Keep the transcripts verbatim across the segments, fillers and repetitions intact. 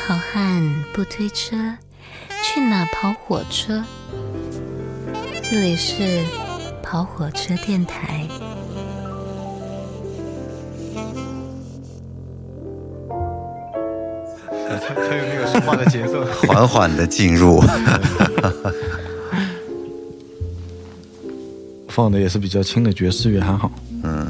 好汉不推车，去哪跑火车？这里是跑火车电台。 才有那个说话的节奏， 缓缓的进入。 放的也是比较轻的爵士乐，还好。 嗯。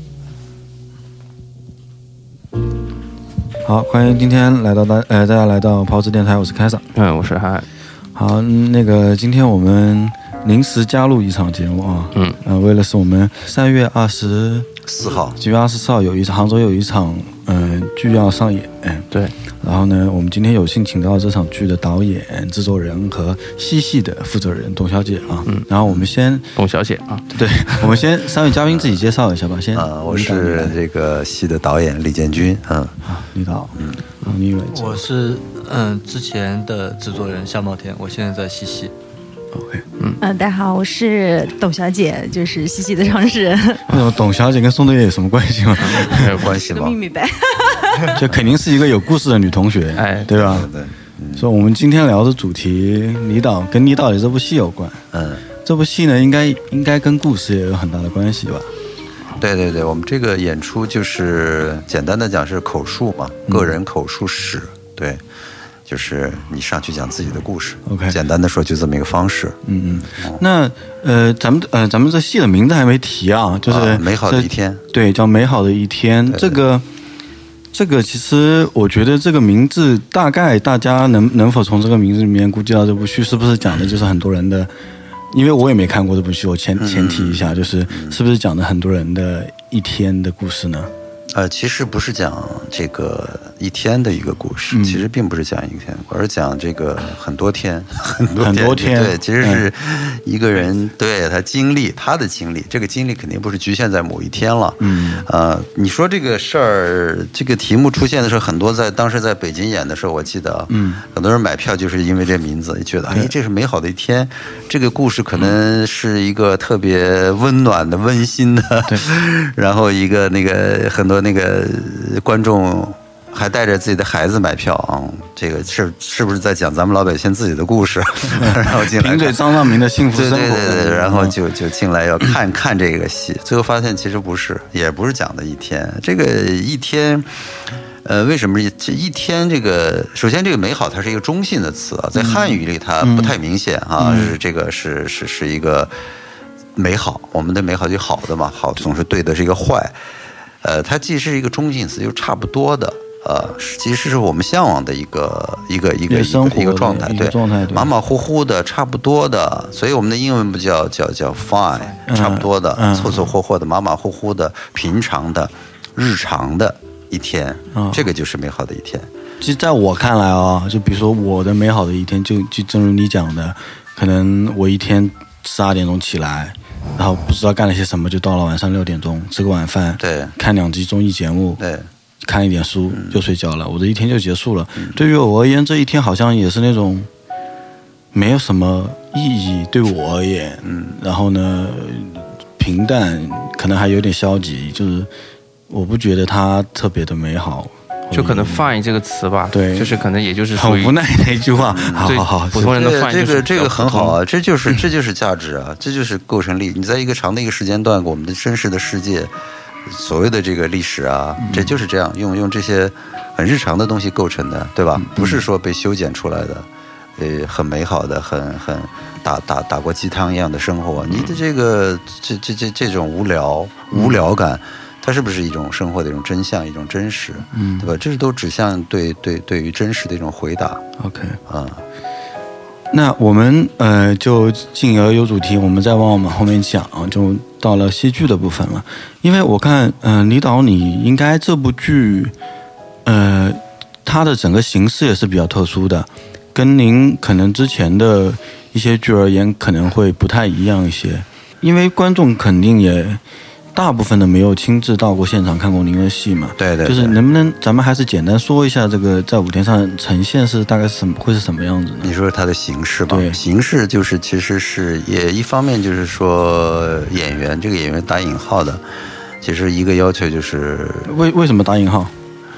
好，欢迎今天来到大呃大家来到跑车电台，我是开撒。 嗯，我是嗨嗨。 好，那个今天我们临时加入一场节目啊，嗯，呃，为了是我们三月二十四号， 几月二十四号有一场杭州有一场嗯、呃、剧要上演，嗯， 对。 然后呢，我们今天有幸请到这场剧的导演、制作人和戏系的负责人董小姐啊。嗯。然后我们先董小姐啊， 对，我们先三位嘉宾自己介绍一下吧。先啊，我是这个戏的导演李建军，嗯， 好，李导，嗯，好，你以为我是嗯之前的制作人夏茂天，我现在在戏系。 OK， 嗯，呃，大家好，我是董小姐，就是戏系的创始人。 为什么董小姐跟宋冬野有什么关系吗？ 没有关系吧？ 个秘密呗。 这肯定是一个有故事的女同学，哎，对吧？ 对对。嗯、 所以我们今天聊的主题，李导跟李导的这部戏有关。嗯，这部戏呢，应该应该跟故事也有很大的关系吧？ 对对对，我们这个演出就是简单的讲是口述嘛，嗯、个人口述史，对。就是你上去讲自己的故事 ，OK， 简单的说就这么一个方式。 嗯嗯。那呃，咱们呃，咱们这戏的名字还没提啊，就是、 啊、美好的一天。对， 叫美好的一天。对对，这个这个其实我觉得这个名字大概大家能能否从这个名字里面估计到这部剧是不是讲的就是很多人的，因为我也没看过这部剧，我前前提一下，就是是不是讲的很多人的一天的故事呢？ 呃，其实不是讲这个一天的一个故事，嗯、其实并不是讲一天，而是讲这个很多天，很多天， 很多天对，其实是一个人、嗯、对他经历他的经历，这个经历肯定不是局限在某一天了。嗯，呃，你说这个事儿，这个题目出现的时候，很多在当时在北京演的时候，我记得，嗯，很多人买票就是因为这名字，觉得哎，这是美好的一天，这个故事可能是一个特别温暖的、温馨的，对，然后一个那个很多。那个观众还带着自己的孩子买票啊，这个是是不是在讲咱们老百姓自己的故事？然后进来凭着张让明的幸福生活， 对对对对，然后就就进来要看看这个戏，最后发现其实不是，也不是讲的一天。这个一天，呃，为什么这一天？这个首先这个美好它是一个中性的词啊，在汉语里它不太明显啊，嗯、是这个是是是一个美好，我们的美好就好的嘛，好总是对的是一个坏。呃，它既是一个中性词，又差不多的，呃，其实是我们向往的一个一个一个一个一个状态，对，马马虎虎的，差不多的，所以我们的英文不叫叫叫 fine， 差不多的，嗯、凑凑合合的，马马虎虎的，平常的，日常的一天，嗯、这个就是美好的一天。 其实，在我看来啊，就比如说我的美好的一天，就就正如你讲的，可能我一天十二点钟起来。然后不知道干了些什么，就到了晚上六点钟吃个晚饭， 对， 看两集综艺节目， 对， 看一点书、嗯、就睡觉了，我的一天就结束了。嗯、对于我而言，这一天好像也是那种没有什么意义，对我而言，嗯，然后呢，平淡，可能还有点消极，就是我不觉得它特别的美好。 就可能 fine 这个词吧， 对， 就是可能也就是属于很无奈的一句话。好好好， 普通人的 fine 这个这个很好啊，这就是这就是价值啊，这就是构成力。你在一个长的一个时间段，我们的真实的世界，所谓的这个历史啊，这就是这样用用这些很日常的东西构成的，对吧？不是说被修剪出来的，呃，很美好的，很很打打打过鸡汤一样的生活。你的这个这这这这种无聊无聊感。它是不是一种生活的一种真相，一种真实，嗯，对吧？这是都指向对对对于真实的一种回答。 OK， 啊、嗯，那我们呃就进而有主题，我们再往我们后面讲，就到了戏剧的部分了。因为我看，嗯、呃，李导，你应该这部剧，呃，它的整个形式也是比较特殊的，跟您可能之前的一些剧而言，可能会不太一样一些，因为观众肯定也。大部分的没有亲自到过现场看过您的戏嘛？ 对 对, 对， 就是能不能咱们还是简单说一下这个在舞台上呈现是大概是什么会是什么样子呢？ 你说它的形式吧， 对， 形式就是其实是也一方面就是说演员这个演员打引号的，其实一个要求就是为为什么打引号？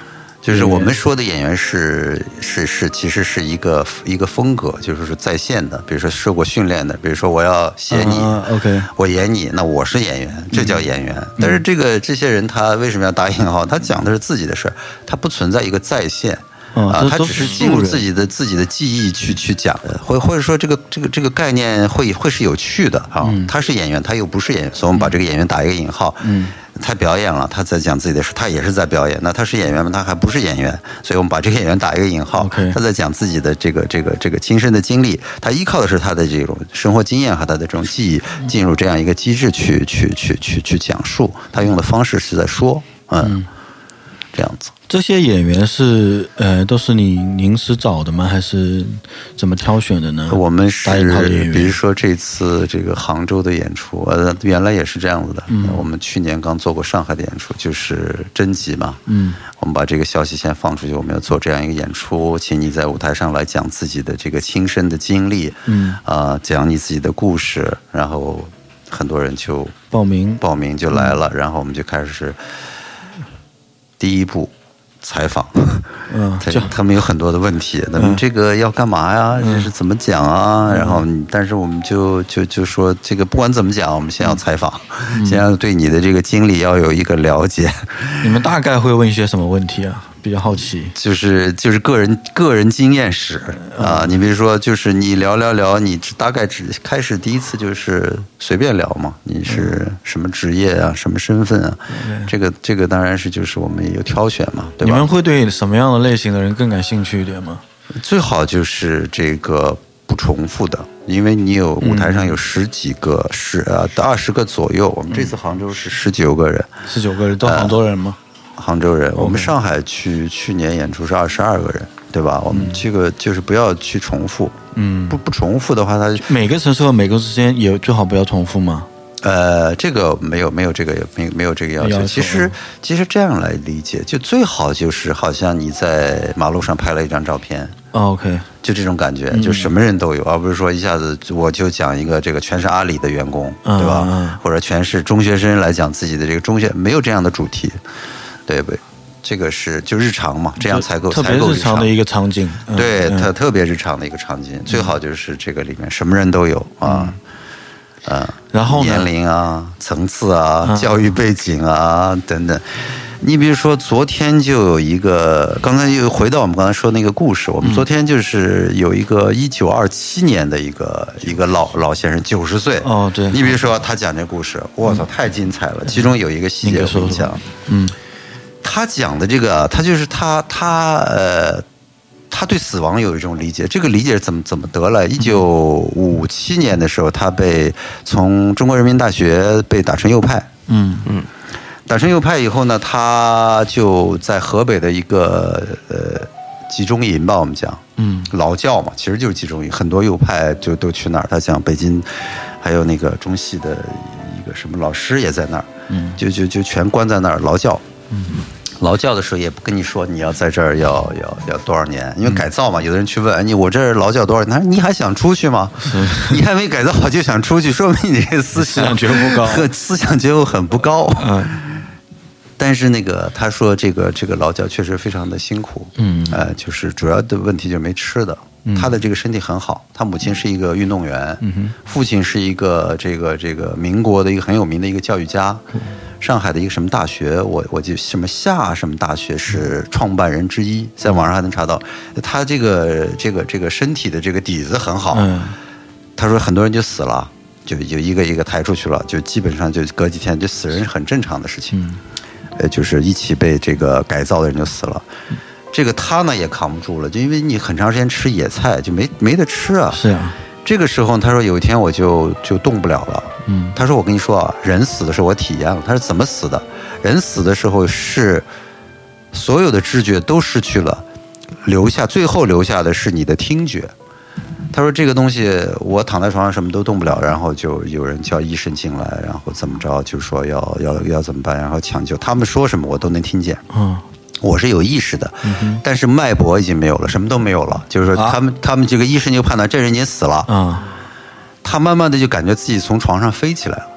就是我们说的演员是是是，其实是一个一个风格，就是说在线的，比如说受过训练的，比如说我要写你、 啊、，OK， 我演你，那我是演员，这叫演员。嗯、但是这个这些人他为什么要打引号？他讲的是自己的事儿，他不存在一个在线。 嗯、 啊，他只是进入自己的自己的记忆去去讲的，或或者说这个这个这个概念会会是有趣的啊。嗯、他是演员，他又不是演员，所以我们把这个演员打一个引号。嗯，他表演了，他在讲自己的事，他也是在表演。那他是演员吗？他还不是演员，所以我们把这个演员打一个引号。 Okay. 他在讲自己的这个这个这个亲身的经历，他依靠的是他的这种生活经验和他的这种记忆，进入这样一个机制去去去去去讲述。他用的方式是在说，嗯，嗯这样子。 这些演员是呃都是你临时找的吗？还是怎么挑选的呢？ 我们是比如说这次这个杭州的演出，呃，原来也是这样子的。嗯，我们去年刚做过上海的演出，就是征集嘛。嗯，我们把这个消息先放出去，我们要做这样一个演出，请你在舞台上来讲自己的这个亲身的经历。嗯，啊、呃，讲你自己的故事，然后很多人就报名报名就来了，嗯、然后我们就开始第一步。采访，嗯，他他们有很多的问题，那么这个要干嘛呀？这是怎么讲啊？然后，但是我们就就就说，这个不管怎么讲，我们先要采访，先要对你的这个经历要有一个了解。 你们大概会问一些什么问题啊？比较好奇， 就是就是个人个人经验史啊，你比如说，就是你聊聊聊，你大概只开始第一次就是随便聊嘛，你是什么职业啊，什么身份啊？这个这个当然是就是我们也有挑选嘛，对吧？ 你们会对什么样的类型的人更感兴趣一点吗？ 最好就是这个不重复的，因为你有舞台上有十几个十啊二十个左右，我们这次杭州是十九个人， 十九个人都杭州人吗？ 呃杭州人，我们上海去去年演出是二十二个人，对吧？我们这个就是不要去重复，嗯，不不重复的话，它每个城市和每个之间也最好不要重复吗？ 呃，这个没有没有这个没没有这个要求。要求其实其实这样来理解，就最好就是好像你在马路上拍了一张照片。 哦、OK， 就这种感觉，就什么人都有，而不是说一下子我就讲一个这个全是阿里的员工， 嗯、 对吧？ 嗯、 或者全是中学生来讲自己的这个中学，没有这样的主题。对不对？这个是就日常嘛，这样才够特别日常的一个场景。 嗯、对，特、嗯、特别日常的一个场景，最好就是这个里面什么人都有啊，嗯，呃、 然后年龄啊、层次啊、嗯、教育背景啊等等。你比如说，昨天就有一个，刚才又回到我们刚才说那个故事，我们昨天就是有一个一九二七年的一个一个老老先生，九十岁。 哦，对。 你比如说他讲这故事，我操，太精彩了！其中有一个细节我跟你讲， 嗯。 他讲的这个，他就是他他呃，他对死亡有一种理解。这个理解怎么怎么得来？一九五七年的时候，他被从中国人民大学被打成右派。嗯嗯，打成右派以后呢，他就在河北的一个呃集中营吧，我们讲，嗯，劳教嘛，其实就是集中营，很多右派就都去那儿。他讲北京还有那个中戏的一个什么老师也在那儿，嗯，就就就全关在那儿劳教。嗯，劳教的时候也不跟你说你要在这儿要要要多少年，因为改造嘛，有的人去问你我这儿劳教多少年，他说你还想出去吗？你还没改造好就想出去，说明你这个思想觉悟高， 思想觉悟很不高。嗯，但是那个他说这个这个劳教确实非常的辛苦，嗯，呃，就是主要的问题就是没吃的。他的这个身体很好，他母亲是一个运动员，嗯、父亲是一个这个这个民国的一个很有名的一个教育家，嗯、上海的一个什么大学，我我记什么夏什么大学是创办人之一，在网上还能查到。他这个这个这个身体的这个底子很好，嗯、他说很多人就死了，就就一个一个抬出去了，就基本上就隔几天就死人是很正常的事情，嗯、呃，就是一起被这个改造的人就死了。嗯，这个他呢也扛不住了，就因为你很长时间吃野菜就没没得吃啊。 是啊， 这个时候他说有一天我就就动不了了。嗯，他说我跟你说啊，人死的时候我体验了，他是怎么死的？人死的时候是所有的知觉都失去了，留下最后留下的是你的听觉。他说这个东西我躺在床上什么都动不了，然后就有人叫医生进来，然后怎么着就说要要要怎么办，然后抢救，他们说什么我都能听见。嗯。我是有意识的，嗯、但是脉搏已经没有了，什么都没有了。就是说，他们、啊、他们这个医生就判断这人已经死了。啊，他慢慢的就感觉自己从床上飞起来了。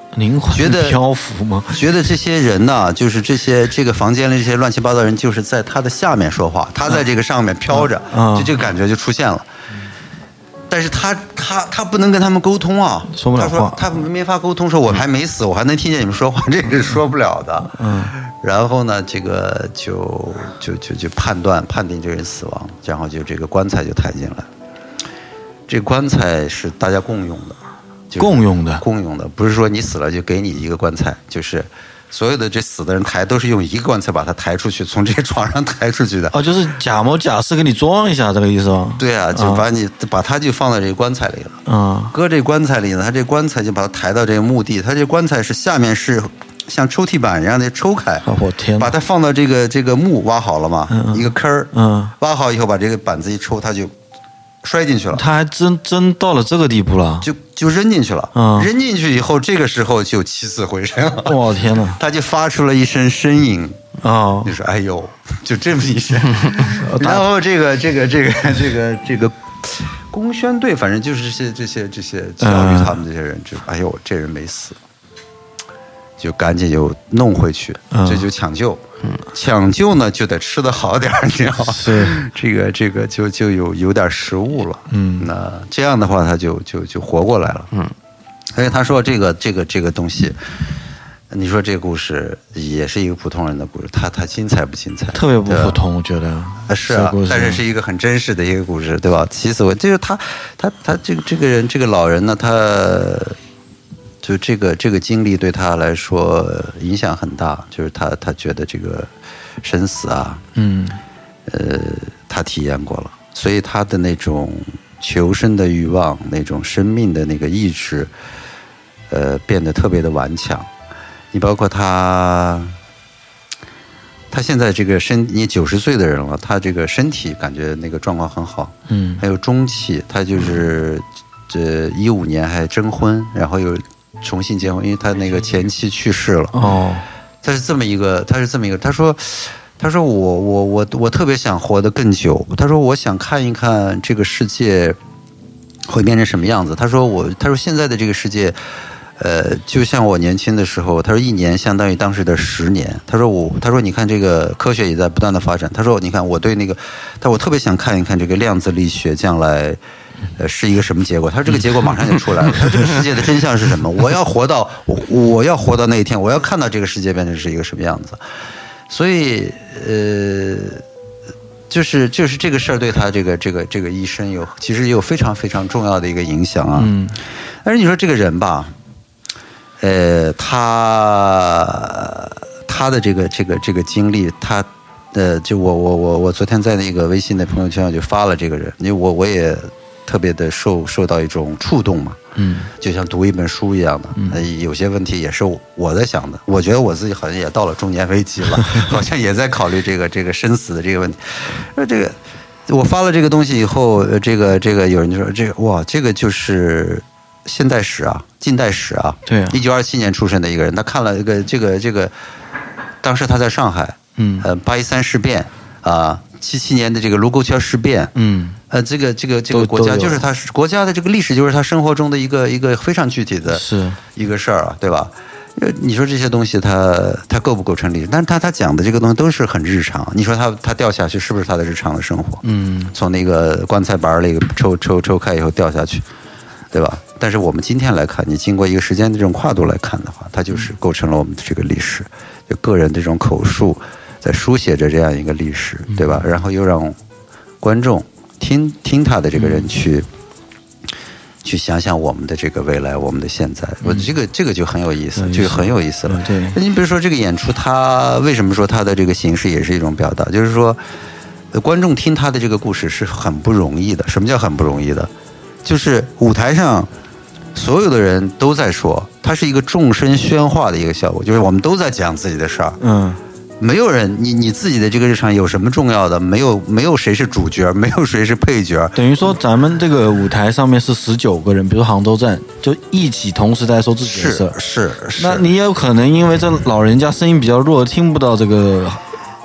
灵魂觉得漂浮吗？ 觉得这些人呢，就是这些这个房间里这些乱七八糟的人，就是在他的下面说话，他在这个上面飘着， 嗯、 就这个感觉就出现了。但是他他他不能跟他们沟通啊， 说不了话， 他说他没法沟通，说我还没死，我还能听见你们说话，这个是说不了的。 嗯， 然后呢，这个就就就就判断判定这个人死亡，然后就这个棺材就抬进来。这棺材是大家共用的，就是、 共用的， 共用的，不是说你死了就给你一个棺材，就是所有的这死的人抬都是用一个棺材把他抬出去，从这个床上抬出去的。 哦，就是假模假式给你装一下，这个意思吗？ 对啊，就把你、嗯、把他就放在这个棺材里了。 嗯， 搁这棺材里呢，他这棺材就把他抬到这个墓地，他这棺材是下面是像抽屉板一样的抽开， 我、哦、天， 把它放到这个这个墓挖好了嘛， 嗯、 一个坑儿， 嗯， 挖好以后把这个板子一抽，他就摔进去了。 他还真真到了这个地步了， 就就扔进去了。 嗯， 扔进去以后，这个时候就起死回生了。 我天哪！ 他就发出了一声呻吟。 哦， 你说哎呦，就这么一声。然后这个这个这个这个这个工宣队，反正就是这些这些这些教育他们这些人，就哎呦，这人没死。就赶紧就弄回去，这就抢救。嗯、抢救呢就得吃得好点，你知道吗？ 是这个这个就就有有点食物了。 嗯， 那这样的话他就就就活过来了。嗯，而且他说这个这个这个东西，你说这个故事也是一个普通人的故事，他他精彩不精彩？ 特别不普通，我觉得。 啊是啊，但是是一个很真实的一个故事，对吧？起死回，就是他他他这个这个人这个老人呢，他。就这个这个经历对他来说影响很大，就是他他觉得这个生死啊， 嗯， 呃，他体验过了，所以他的那种求生的欲望，那种生命的那个意志，呃，变得特别的顽强。你包括他，他现在这个身，你九十岁的人了，他这个身体感觉那个状况很好， 嗯， 还有中气，他就是这一五年还征婚，然后又。重新结婚，因为他那个前妻去世了。哦，他是这么一个，他是这么一个。他说，他说我我我我特别想活得更久。他说我想看一看这个世界会变成什么样子。他说我，他说现在的这个世界，呃，就像我年轻的时候。他说一年相当于当时的十年。他说我，他说你看这个科学也在不断的发展。他说你看我对那个，他说我特别想看一看这个量子力学将来。呃，是一个什么结果？他说这个结果马上就出来了。他说这个世界的真相是什么？我要活到我我要活到那一天，我要看到这个世界变成是一个什么样子。所以，呃，就是就是这个事儿对他这个这个这个一生有其实有非常非常重要的一个影响啊。嗯。但是你说这个人吧，呃，他他的这个这个这个经历，他呃，就我我我我昨天在那个微信的朋友圈我就发了这个人，因为我我也。特别的受受到一种触动嘛，嗯，就像读一本书一样的，嗯、呃，有些问题也是我在想的。我觉得我自己好像也到了中年危机了，好像也在考虑这个这个生死的这个问题。那这个我发了这个东西以后，这个这个有人就说这个哇，这个就是现代史啊，近代史啊， 对啊， 一九二七年出生的一个人，他看了一个这个这个，当时他在上海，嗯，呃，八一三事变啊。七七年的这个卢沟桥事变，嗯，呃，这个这个这个国家就是他国家的这个历史，就是他生活中的一个一个非常具体的是一个事儿啊，对吧？你说这些东西它它构不构成历史？但是他他讲的这个东西都是很日常。你说他他掉下去是不是他的日常的生活？嗯，从那个棺材板里抽抽抽开以后掉下去，对吧？但是我们今天来看，你经过一个时间的这种跨度来看的话，它就是构成了我们的这个历史，就个人这种口述。在书写着这样一个历史，对吧？然后又让观众听听他的这个人去、嗯、去想想我们的这个未来，我们的现在。我、嗯、这个这个就很有意思，这个很有意思了。 对， 你比如说这个演出，它为什么说它的这个形式也是一种表达？就是说，观众听他的这个故事是很不容易的。什么叫很不容易的？就是舞台上所有的人都在说，它是一个众声喧哗的一个效果，就是我们都在讲自己的事儿。嗯。没有人，你你自己的这个日常有什么重要的？没有，没有谁是主角，没有谁是配角。 等于说，咱们这个舞台上面是十九个人，比如杭州站，就一起同时在说自己的事。 是是是。 那你也有可能因为这老人家声音比较弱，听不到这个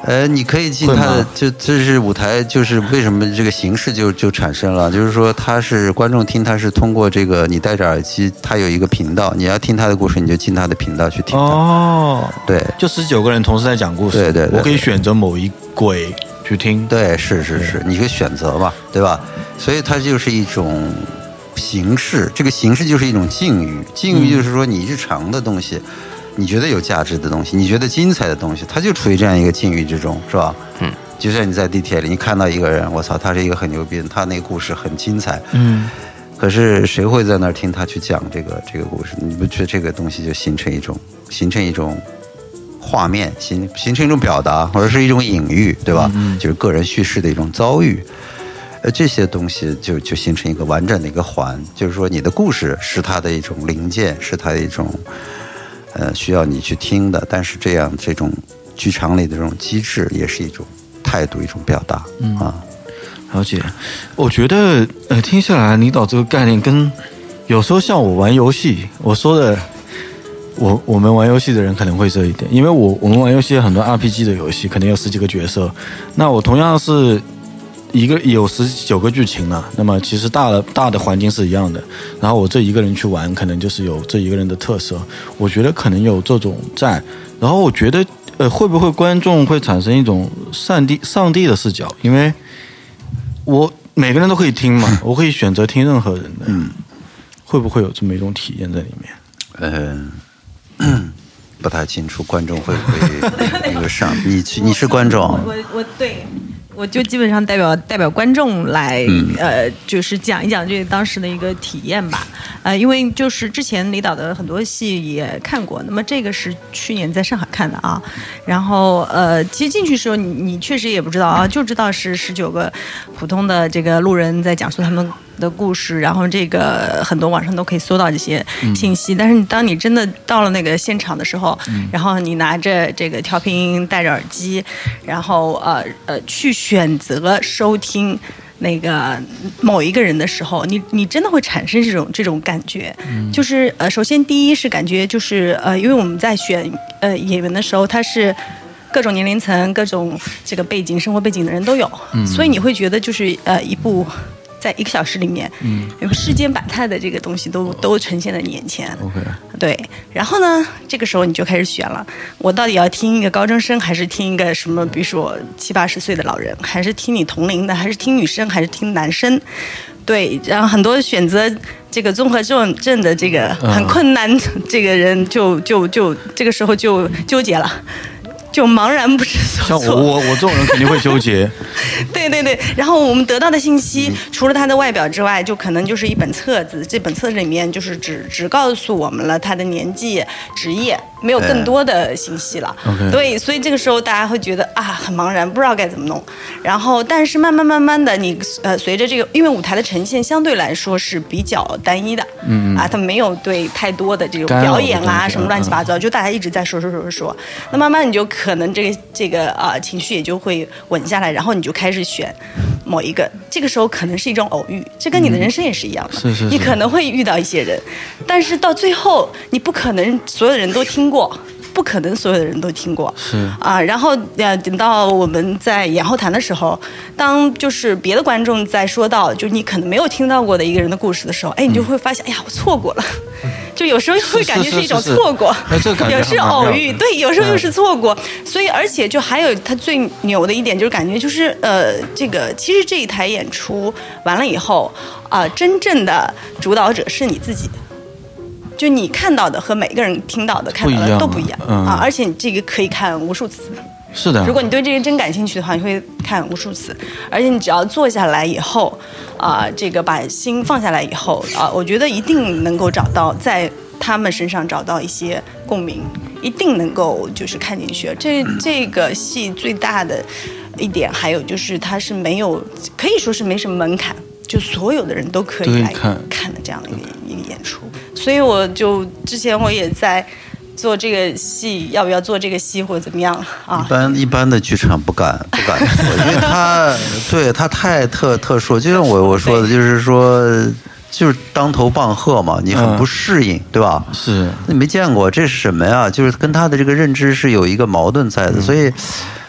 呃，你可以进他的，就这是舞台，就是为什么这个形式就就产生了，就是说他是观众听，他是通过这个你戴着耳机，他有一个频道，你要听他的故事，你就进他的频道去听。 哦， 对， 就十九个人同时在讲故事， 对 对, 对， 我可以选择某一轨去听。 对，是是是，你可以选择嘛，对吧？所以它就是一种形式，这个形式就是一种境遇，境遇就是说你日常的东西。嗯，你觉得有价值的东西，你觉得精彩的东西，它就处于这样一个境遇之中，是吧？嗯，就像你在地铁里，你看到一个人，我操，他是一个很牛逼的，他那个故事很精彩，嗯，可是谁会在那儿听他去讲这个这个故事？你不觉得这个东西就形成一种形成一种画面，形形成一种表达，或者是一种隐喻，对吧？嗯，就是个人叙事的一种遭遇。呃，这些东西就就形成一个完整的一个环，就是说你的故事是它的一种零件，是它的一种。呃，需要你去听的，但是这样这种剧场里的这种机制，也是一种态度，一种表达。嗯啊， 了解。我觉得呃，听下来李导这个概念跟有时候像我玩游戏，我说的，我我们玩游戏的人可能会这一点，因为我我们玩游戏很多 R P G 的游戏，可能有十几个角色，那我同样是。一个有十九个剧情了，那么其实大的大的环境是一样的，然后我这一个人去玩，可能就是有这一个人的特色，我觉得可能有这种在，然后我觉得呃会不会观众会产生一种上帝上帝的视角，因为我每个人都可以听嘛，我可以选择听任何人的，嗯，会不会有这么一种体验在里面？ 嗯、呃，不太清楚观众会不会那个上你你是观众， 我我对。我就基本上代表代表观众来，嗯、呃，就是讲一讲这个当时的一个体验吧，呃，因为就是之前李导的很多戏也看过，那么这个是去年在上海看的啊，然后呃，其实进去的时候你你确实也不知道啊，就知道是十九个普通的这个路人在讲述他们的故事，然后这个很多网上都可以搜到这些信息，嗯、但是你当你真的到了那个现场的时候，嗯、然后你拿着这个调频音，戴着耳机，然后呃呃去选择收听那个某一个人的时候，你你真的会产生这种这种感觉，嗯、就是呃，首先第一是感觉就是呃，因为我们在选呃演员的时候，他是各种年龄层、各种这个背景、生活背景的人都有，嗯、所以你会觉得就是呃一部。在一个小时里面，嗯，世间百态的这个东西都都呈现在你眼前。 OK， 对。然后呢，这个时候你就开始选了，我到底要听一个高中生，还是听一个什么，比如说七八十岁的老人，还是听你同龄的，还是听女生，还是听男生？对，然后很多选择这个综合症症的这个很困难，这个人就就就这个时候就纠结了。就茫然不知所措。 像我我我这种人肯定会纠结。 对对对，然后我们得到的信息，嗯、除了他的外表之外，就可能就是一本册子。这本册子里面就是只只告诉我们了他的年纪、职业，没有更多的信息了。 Okay. 对，所以这个时候大家会觉得啊很茫然，不知道该怎么弄。然后，但是慢慢慢慢的，你呃随着这个，因为舞台的呈现相对来说是比较单一的，嗯啊，他没有对太多的这种表演啊什么乱七八糟，就大家一直在说说说说说。那慢慢你就可能这个这个啊、呃、情绪也就会稳下来，然后你就开始选某一个。这个时候可能是一种偶遇，这跟你的人生也是一样的， 嗯、是是是， 你可能会遇到一些人，但是到最后你不可能所有的人都听过。不可能所有的人都听过， 是啊，然后呃，等到我们在演后谈的时候，当就是别的观众在说到就是你可能没有听到过的一个人的故事的时候，哎，你就会发现，嗯、哎呀，我错过了，就有时候会感觉是一种错过，有时偶遇，对，有时候又是错过，嗯、所以而且就还有他最牛的一点就是感觉就是呃，这个其实这一台演出完了以后啊、呃，真正的主导者是你自己。就你看到的和每个人听到的看到的都不一样、嗯、啊，而且你这个可以看无数次。 是的， 如果你对这个真感兴趣的话，你会看无数次。而且你只要坐下来以后，啊、呃，这个把心放下来以后，啊、呃，我觉得一定能够找到在他们身上找到一些共鸣，一定能够就是看进去。这这个戏最大的一点，还有就是它是没有，可以说是没什么门槛。就所有的人都可以来看的这样的一个一个演出，所以我就之前我也在做这个戏，要不要做这个戏或者怎么样啊？ 一般一般的剧场不敢不敢做，因为它对它太特特殊，就像我我说的，就是说就是当头棒喝嘛，你很不适应，嗯、对吧？ 是， 你没见过这是什么呀？就是跟他的这个认知是有一个矛盾在的，嗯、所以。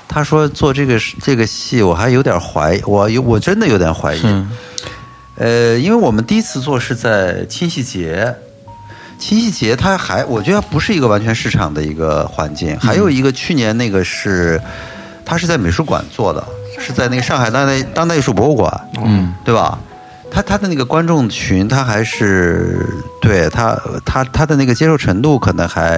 他说做这个这个戏，我还有点怀疑，我有我真的有点怀疑。呃，因为我们第一次做是在七夕节，七夕节它还我觉得不是一个完全市场的一个环境，还有一个去年那个是，它是在美术馆做的，是在那个上海当代当代艺术博物馆，嗯，对吧？他他的那个观众群，他还是对他他他的那个接受程度可能还。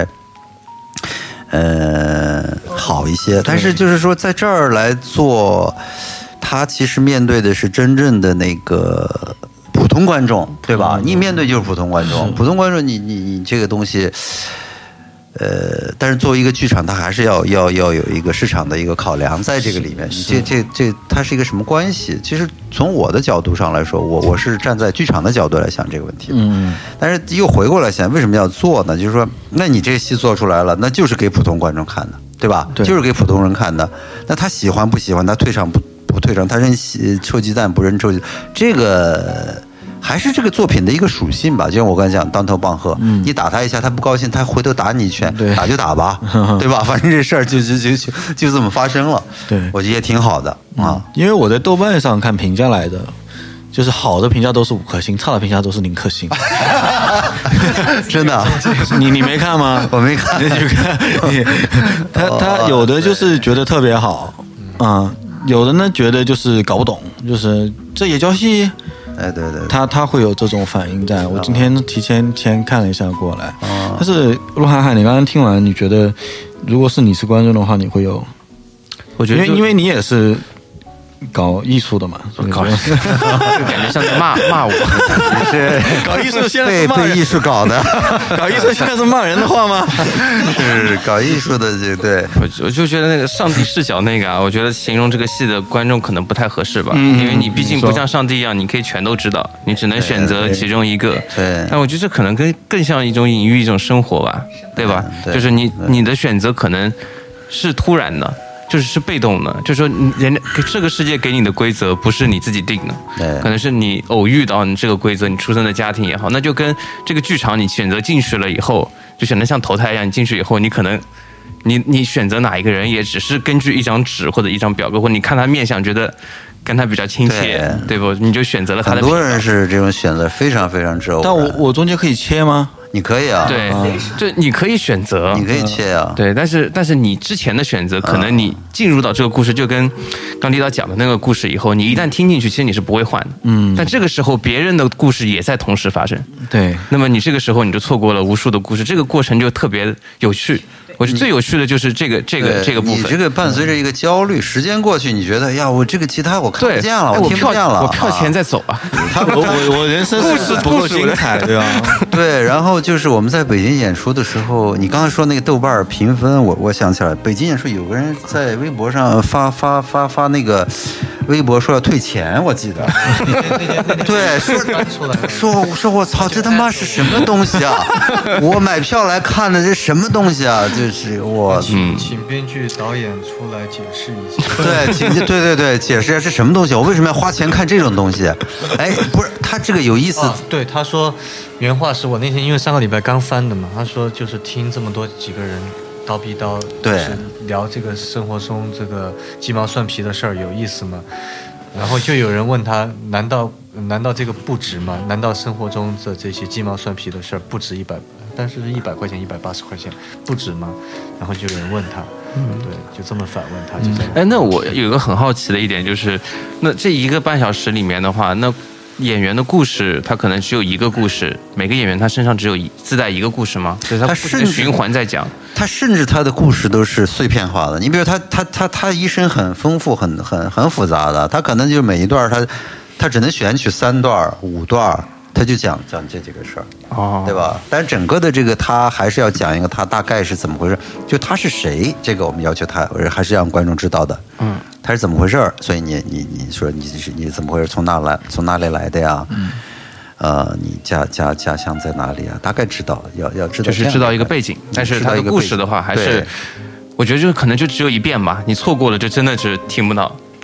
呃，好一些，但是就是说，在这儿来做，他其实面对的是真正的那个普通观众，对吧？你面对就是普通观众，普通观众你，你你你这个东西，呃，但是作为一个剧场，它还是要要要有一个市场的一个考量在这个里面。你这这这，它是一个什么关系？其实从我的角度上来说，我我是站在剧场的角度来想这个问题。嗯，但是又回过来想，为什么要做呢？就是说，那你这个戏做出来了，那就是给普通观众看的，对吧？对，就是给普通人看的。那他喜欢不喜欢？他退场不不退场？他扔臭鸡蛋不扔臭鸡？这个。还是这个作品的一个属性吧，就像我刚才讲，当头棒喝，嗯、你打他一下，他不高兴，他回头打你一拳，打就打吧，对吧？反正这事儿就就就就就这么发生了。对，我觉得也挺好的啊、嗯。 因为我在豆瓣上看评价来的，就是好的评价都是五颗星，差的评价都是零颗星。 真的、啊？ 你你没看吗？ 我没看， 你去看。他他有的就是觉得特别好，啊、嗯，有的呢觉得就是搞不懂，就是这也叫戏。 哎，对 对, 对， 他他会有这种反应在。我今天提前先看了一下过来，但是陆涵涵，你刚刚听完，你觉得如果是你是观众的话，你会有？ 我觉得， 因为因为你也是搞艺术的嘛， 搞艺术感觉像在骂骂我。 是搞艺术现在是被被艺术搞的， 搞艺术现在是骂人的话吗？ 是搞艺术的，就对。 我我就觉得那个上帝视角那个啊，我觉得形容这个戏的观众可能不太合适吧，嗯、因为你毕竟不像上帝一样，你可以全都知道，你只能选择其中一个。 对。 但我觉得这可能更更像一种隐喻，一种生活吧，对吧？对就是你你的选择可能是突然的。就是是被动的，就是说人家这个世界给你的规则不是你自己定的，可能是你偶遇到你这个规则，你出生的家庭也好，那就跟这个剧场你选择进去了以后，就选择像投胎一样，你进去以后，你可能你你选择哪一个人，也只是根据一张纸或者一张表格，或者你看他面相觉得跟他比较亲切， 对, 对不？你就选择了他的。 很多人是这种选择非常非常之偶然。 但我我中间可以切吗？ 你可以啊， 对，就你可以选择， 你可以切啊， 对，但是但是你之前的选择，可能你进入到这个故事，就跟刚李导讲的那个故事以后，你一旦听进去，其实你是不会换的，嗯，但这个时候别人的故事也在同时发生， 对， 那么你这个时候你就错过了无数的故事，这个过程就特别有趣。我觉得最有趣的就是这个这个这个部分， 你这个伴随着一个焦虑，时间过去，你觉得呀，我这个其他我看不见了，我听不见了， 我票钱在走啊， 他我我我人生故事不够精彩，对吧？ 对，然后就是我们在北京演出的时候，你刚才说那个豆瓣评分，我我想起来，北京演出有个人在微博上发发发发那个微博说要退钱，我记得，对，说说说我操，这他妈是什么东西啊？我买票来看的这什么东西啊？就是我， 请请编剧导演出来解释一下。 对，请对对对，解释一下是什么东西？我为什么要花钱看这种东西？哎，不是，他这个有意思。 哦、对，他说原话是我那天因为上个礼拜刚翻的嘛，他说就是听这么多几个人叨逼叨， 对， 聊这个生活中这个鸡毛蒜皮的事儿有意思吗？然后就有人问他，难道难道这个不值吗？难道生活中的这些鸡毛蒜皮的事儿不值一百？但是一百块钱、一百八十块钱不值吗？然后就有人问他，嗯，对，就这么反问他。就哎、嗯，那我有一个很好奇的一点就是，那这一个半小时里面的话，那演员的故事他可能只有一个故事，每个演员他身上只有一自带一个故事吗？所以他甚至循环在讲。 他甚至他的故事都是碎片化的。你比如他他他他一生很丰富、很很很复杂的，他可能就每一段他他只能选取三段、五段。他就讲讲这几个事儿，哦，对吧？但整个的这个他还是要讲一个他大概是怎么回事，就他是谁，这个我们要求他还是让观众知道的，嗯，他是怎么回事，所以你你你说你是你怎么回事，从哪来，从哪里来的呀？嗯，呃，你家家家乡在哪里啊？大概知道，要要知道， 就是知道一个背景，但是他的故事的话，还是我觉得就可能就只有一遍吧，你错过了就真的是听不到。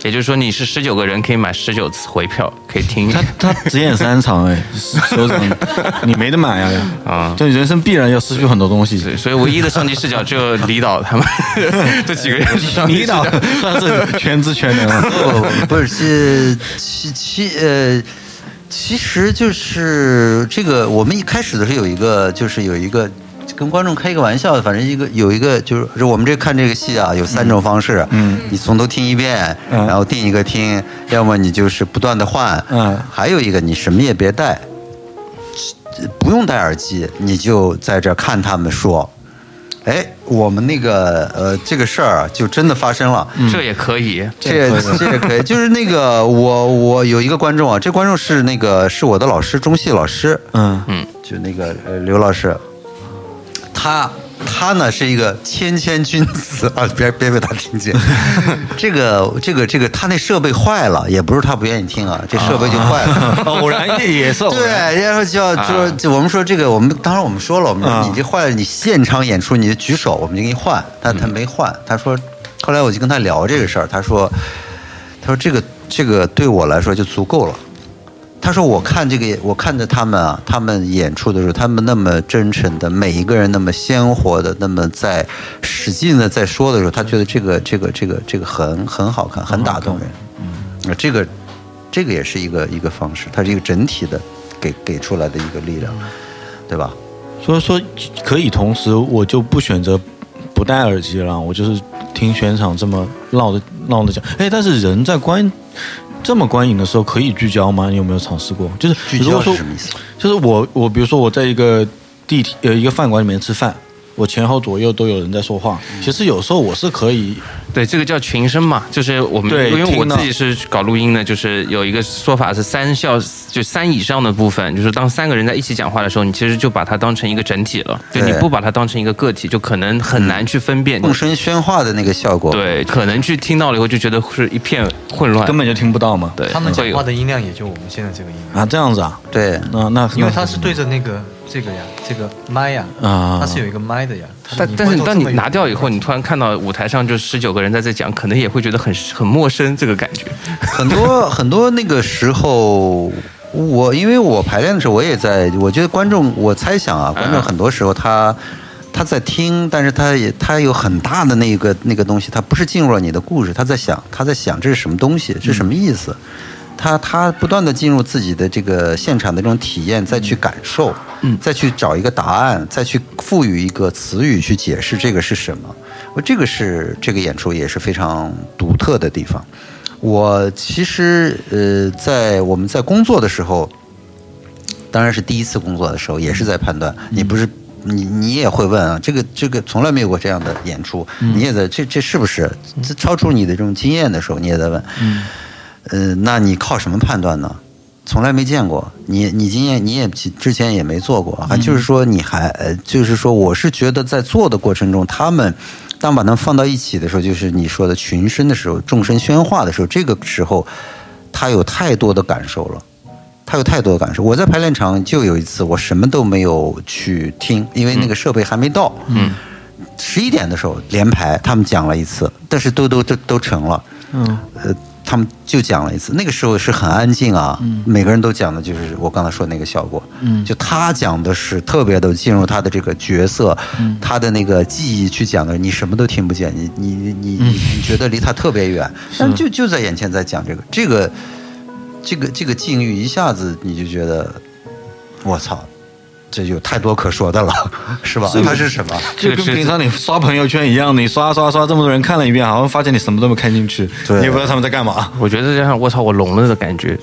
也就是说你是十九个人可以买十九次回票，可以听。 他他只演三场哎，首场你没得买呀啊！就人生必然要失去很多东西， 所以唯一的上帝视角只有李导他们这几个人。 李导算是全知全能了， 不是是其其呃。其实就是这个，我们一开始的时候有一个，就是有一个跟观众开一个玩笑，反正一个有一个就是我们这看这个戏啊，有三种方式，嗯，你从头听一遍，嗯，然后定一个听，要么你就是不断的换，嗯，还有一个你什么也别带，不用戴耳机，你就在这看他们说。哎，我们那个呃，这个事儿就真的发生了， 嗯、这也可以， 这这也可以，就是那个我我有一个观众啊，这观众是那个是我的老师，中戏老师，嗯嗯，就那个呃刘老师，他他呢是一个谦谦君子啊，别别被他听见，这个这个这个他那设备坏了，也不是他不愿意听啊，这设备就坏了， 偶然也是对，然后就要就就我们说这个，我们当然我们说了，我们说你这坏了，你现场演出你就举手，我们就给你换，但他没换，他说，后来我就跟他聊这个事儿，他说，他说这个这个对我来说就足够了。他说：“我看这个，我看着他们啊，他们演出的时候，他们那么真诚的，每一个人那么鲜活的，那么在使劲的在说的时候，他觉得这个这个这个这个很很好看，很打动人。嗯，这个这个也是一个一个方式，它是一个整体的给给出来的一个力量，对吧？ 所以说可以同时，我就不选择不戴耳机了，我就是听全场这么唠着唠着讲。哎，但是人在观。”这么观影的时候可以聚焦吗？你有没有尝试过？就是聚焦是什么意思？ 就是我我比如说我在一个地铁呃一个饭馆里面吃饭，我前后左右都有人在说话。其实有时候我是可以， 对，这个叫群声嘛，就是我们因为我自己是搞录音的，就是有一个说法是三效，就三以上的部分，就是当三个人在一起讲话的时候，你其实就把它当成一个整体了，就你不把它当成一个个体，就可能很难去分辨共声喧哗的那个效果。 对，可能去听到了以后就觉得是一片混乱， 根本就听不到嘛。 对， 他们讲话的音量也就我们现在这个音量啊，这样子啊？ 对， 那那因为他是对着那个这个呀，这个麦呀，啊，它是有一个麦的呀。 但但是当你拿掉以后，你突然看到舞台上就十九个人在这讲，可能也会觉得很很陌生，这个感觉。 很多很多那个时候，我因为我排练的时候，我也在，我觉得观众，我猜想啊，观众很多时候他他在听，但是他也他有很大的那个那个东西，他不是进入了你的故事，他在想他在想这是什么东西，这是什么意思。嗯他他不断的进入自己的这个现场的这种体验，再去感受，嗯，再去找一个答案，再去赋予一个词语去解释这个是什么。我这个是这个演出也是非常独特的地方。我其实呃，在我们在工作的时候，当然是第一次工作的时候，也是在判断，你不是你你也会问啊，这个这个从来没有过这样的演出，你也在这这是不是这超出你的这种经验的时候，你也在问，嗯。呃，那你靠什么判断呢？从来没见过，你你经验你也之前也没做过，还就是说你还呃，就是说我是觉得在做的过程中，他们当把他们放到一起的时候，就是你说的群声的时候，众声喧哗的时候，这个时候他有太多的感受了，他有太多的感受。我在排练场就有一次，我什么都没有去听，因为那个设备还没到。嗯。十一点的时候连排，他们讲了一次，但是都都都都成了。嗯。呃。他们就讲了一次，那个时候是很安静啊，嗯、每个人都讲的就是我刚才说那个效果，嗯，就他讲的是特别的进入他的这个角色，嗯、他的那个记忆去讲的，你什么都听不见，你你你你你觉得离他特别远，但就就在眼前在讲这个这个这个这个境遇，一下子你就觉得我操。这有太多可说的了，是吧？它是什么？ 就跟平常你刷朋友圈一样，你刷刷刷这么多人看了一遍，好像发现你什么都没看进去，你也不知道他们在干嘛。 我觉得这样，我操，我聋了的感觉。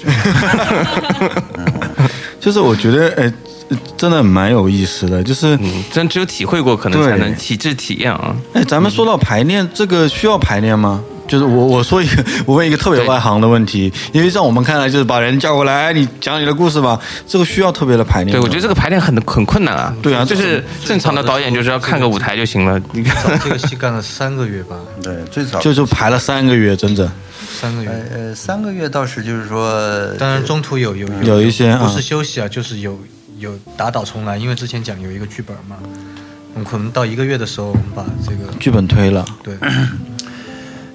就是我觉得，哎，真的蛮有意思的，就是， 嗯，真只有体会过，可能才能体质体验啊。 哎，咱们说到排练，这个需要排练吗？就是我我说一个我问一个特别外行的问题，因为在我们看来就是把人叫过来，你讲你的故事吧，这个需要特别的排练。 对，我觉得这个排练很很困难啊。 对啊， 就是正常的导演就是要看个舞台就行了。你看这个戏干了三个月吧？ 对，最早就是排了三个月，真的。 三个月， 呃，三个月倒是就是说， 当然中途有有有有一些不是休息啊，就是有有打倒重来，因为之前讲有一个剧本嘛，我们可能到一个月的时候，我们把这个剧本推了。 对。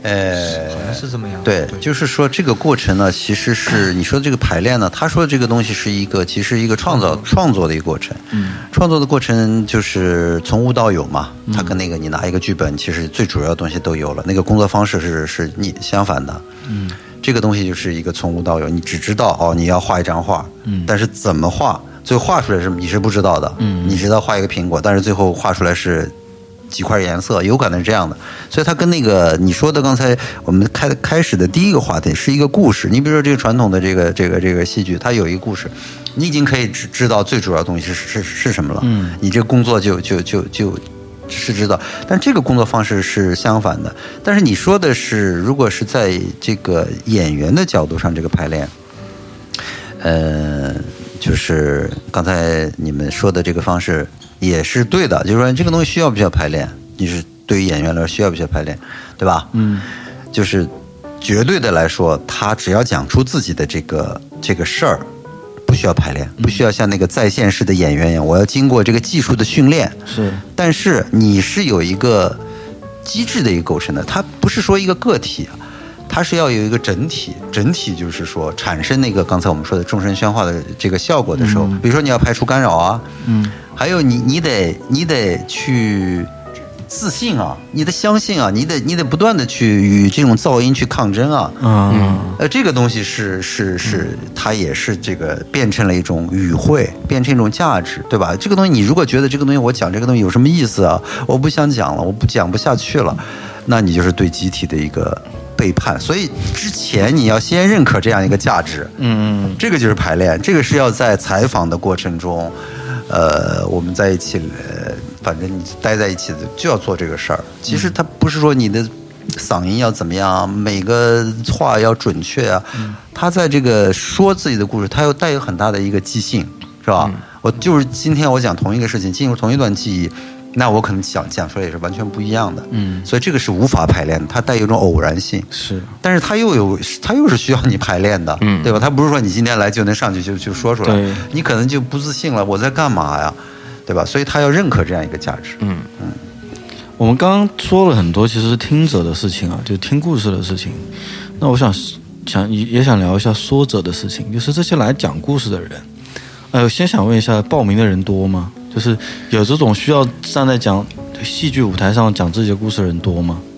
呃， 好像是这么样。 对， 对就是说这个过程呢，其实是你说的这个排练呢，他说的这个东西是一个，其实一个创造创作的一个过程。嗯，创作的过程就是从无到有嘛。他跟那个你拿一个剧本，其实最主要的东西都有了，那个工作方式是是你相反的。嗯，这个东西就是一个从无到有，你只知道哦，你要画一张画，嗯，但是怎么画，最后画出来是你是不知道的。嗯，你知道画一个苹果，但是最后画出来是几块颜色，有可能是这样的。所以它跟那个你说的刚才我们开开始的第一个话题是一个故事。你比如说这个传统的这个这个这个戏剧，它有一个故事，你已经可以知知道最主要的东西是是是什么了。嗯，你这个工作就就就就是知道。但这个工作方式是相反的。但是你说的是，如果是在这个演员的角度上，这个排练，呃，就是刚才你们说的这个方式也是对的，就是说这个东西需要不需要排练？你是对于演员来说需要不需要排练，对吧？嗯，就是绝对的来说，他只要讲出自己的这个这个事儿，不需要排练，不需要像那个在线式的演员一样，我要经过这个技术的训练。 是， 但是你是有一个机制的一个构成的，它不是说一个个体，它是要有一个整体，整体就是说产生那个刚才我们说的众声喧哗的这个效果的时候，嗯、比如说你要排除干扰啊，嗯，还有你你得你得去自信啊，你得相信啊，你得你得不断的去与这种噪音去抗争啊，嗯，呃，这个东西是是是，它也是这个变成了一种语汇，变成一种价值，对吧？这个东西你如果觉得这个东西我讲这个东西有什么意思啊，我不想讲了，我不讲不下去了，那你就是对集体的一个背叛。所以之前你要先认可这样一个价值，嗯，这个就是排练，这个是要在采访的过程中，呃，我们在一起，呃，反正你待在一起的就要做这个事儿。其实它不是说你的嗓音要怎么样，每个话要准确啊，他在这个说自己的故事，他又带有很大的一个即兴，是吧？我就是今天我讲同一个事情，进入同一段记忆。那我可能讲讲出来也是完全不一样的，嗯，所以这个是无法排练的，它带有一种偶然性， 是， 但是它又有，它又是需要你排练的，嗯，对吧？它不是说你今天来就能上去就就说出来，你可能就不自信了，我在干嘛呀，对吧？所以他要认可这样一个价值，嗯嗯。 我们刚刚说了很多，其实是听者的事情啊，就是听故事的事情。那我想想也想聊一下说者的事情，就是这些来讲故事的人，呃，先想问一下，报名的人多吗？就是有这种需要站在讲戏剧舞台上讲自己的故事的人多吗？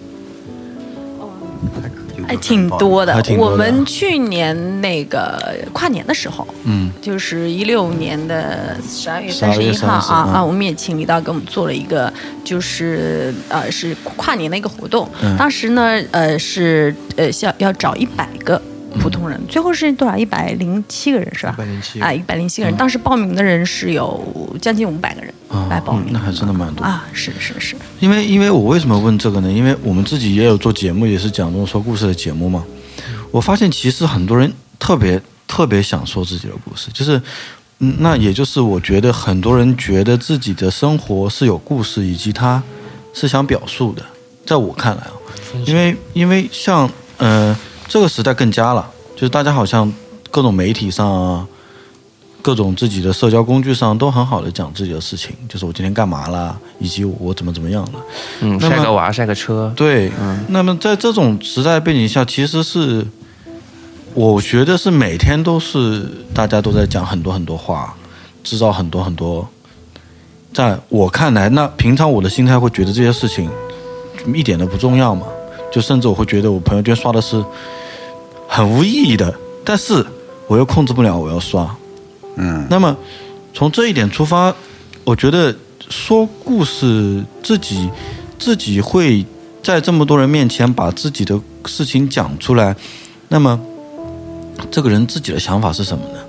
还挺多的。 还挺多的。 我们去年那个跨年的时候，嗯，就是一六年的十二月三十一号啊、嗯、啊，我们也请李导给我们做了一个，就是呃是跨年的一个活动。嗯、当时呢，呃是呃要要找一百个普通人，最后是多少？一百零七个人是吧？一百零七啊，一百零七个人。当时报名的人是有将近五百个人来报名、 哦嗯，那还真的蛮多啊！是是是。 因为因为我为什么问这个呢？因为我们自己也有做节目，也是讲这种说故事的节目嘛。我发现其实很多人特别特别想说自己的故事，就是嗯，那也就是我觉得很多人觉得自己的生活是有故事，以及他是想表述的。在我看来啊，因为因为像呃。这个时代更加了，就是大家好像各种媒体上啊，各种自己的社交工具上都很好的讲自己的事情，就是我今天干嘛啦，以及我怎么怎么样了。 嗯，晒个娃，晒个车。 对，嗯。那么在这种时代背景下，其实是我觉得是每天都是大家都在讲很多很多话，制造很多很多。在我看来，那平常我的心态会觉得这些事情一点都不重要嘛。就甚至我会觉得我朋友圈刷的是很无意义的，但是我又控制不了我要刷，嗯。那么从这一点出发，我觉得说故事自己自己会在这么多人面前把自己的事情讲出来，那么这个人自己的想法是什么呢？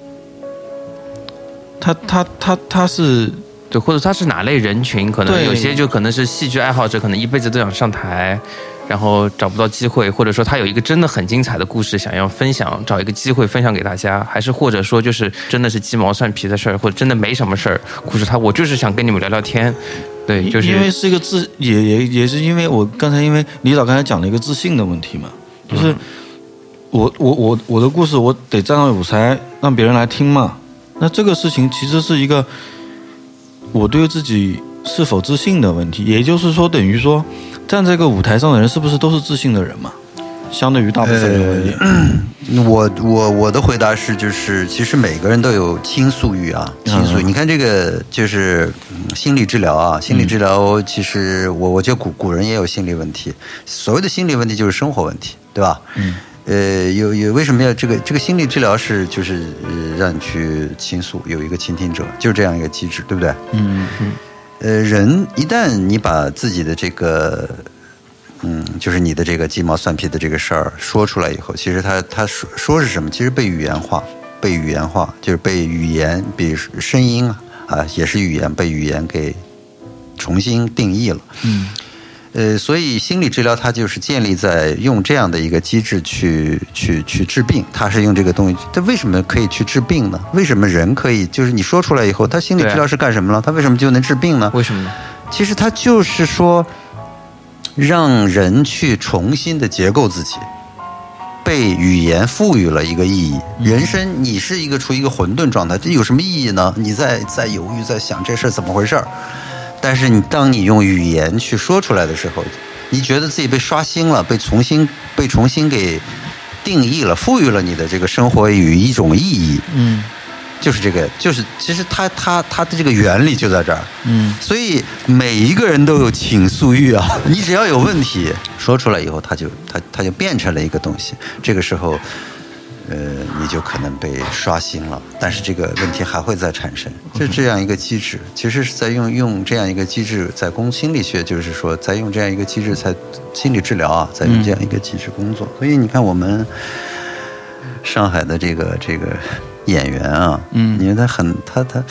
他他他他是对，或者他是哪类人群？可能有些就可能是戏剧爱好者，可能一辈子都想上台。然后找不到机会，或者说他有一个真的很精彩的故事想要分享，找一个机会分享给大家，还是或者说就是真的是鸡毛蒜皮的事儿，或者真的没什么事儿，故事他我就是想跟你们聊聊天，对，就是因为是一个自也也也是因为我刚才因为李导刚才讲了一个自信的问题嘛，就是我我我我的故事我得站上舞台让别人来听嘛，那这个事情其实是一个我对自己是否自信的问题，也就是说等于说。 站这个舞台上的人是不是都是自信的人嘛？相对于大部分人而言， 呃、我我我的回答是，就是其实每个人都有倾诉欲啊，倾诉欲。嗯、你看这个就是、嗯、心理治疗啊，心理治疗其实我我觉得古古人也有心理问题，所谓的心理问题就是生活问题，对吧？嗯。呃，有有为什么要这个这个心理治疗是就是、呃、让你去倾诉，有一个倾听者，就是这样一个机制，对不对？嗯嗯。呃，人一旦你把自己的这个。嗯，就是你的这个鸡毛蒜皮的这个事儿说出来以后，其实他他说说是什么？其实被语言化，被语言化，就是被语言，比声音啊啊，也是语言，被语言给重新定义了。嗯，呃，所以心理治疗它就是建立在用这样的一个机制去去去治病，它是用这个东西。它为什么可以去治病呢？为什么人可以？就是你说出来以后，他心理治疗是干什么了？他为什么就能治病呢？ 为什么呢？ 其实他就是说。让人去重新的结构自己，被语言赋予了一个意义。人生你是一个处于一个混沌状态，这有什么意义呢？你在在犹豫，在想这事儿怎么回事儿。但是你当你用语言去说出来的时候，你觉得自己被刷新了，被重新被重新给定义了，赋予了你的这个生活与一种意义。嗯。就是这个，就是其实它它它的这个原理就在这儿，嗯，所以每一个人都有倾诉欲啊。你只要有问题说出来以后，它就它它就变成了一个东西。这个时候，呃，你就可能被刷新了，但是这个问题还会再产生，是这样一个机制。其实是在用用这样一个机制，在工心理学就是说，在用这样一个机制，在心理治疗啊，在用这样一个机制工作。所以你看我们上海的这个这个。演员啊，嗯，因为他很他他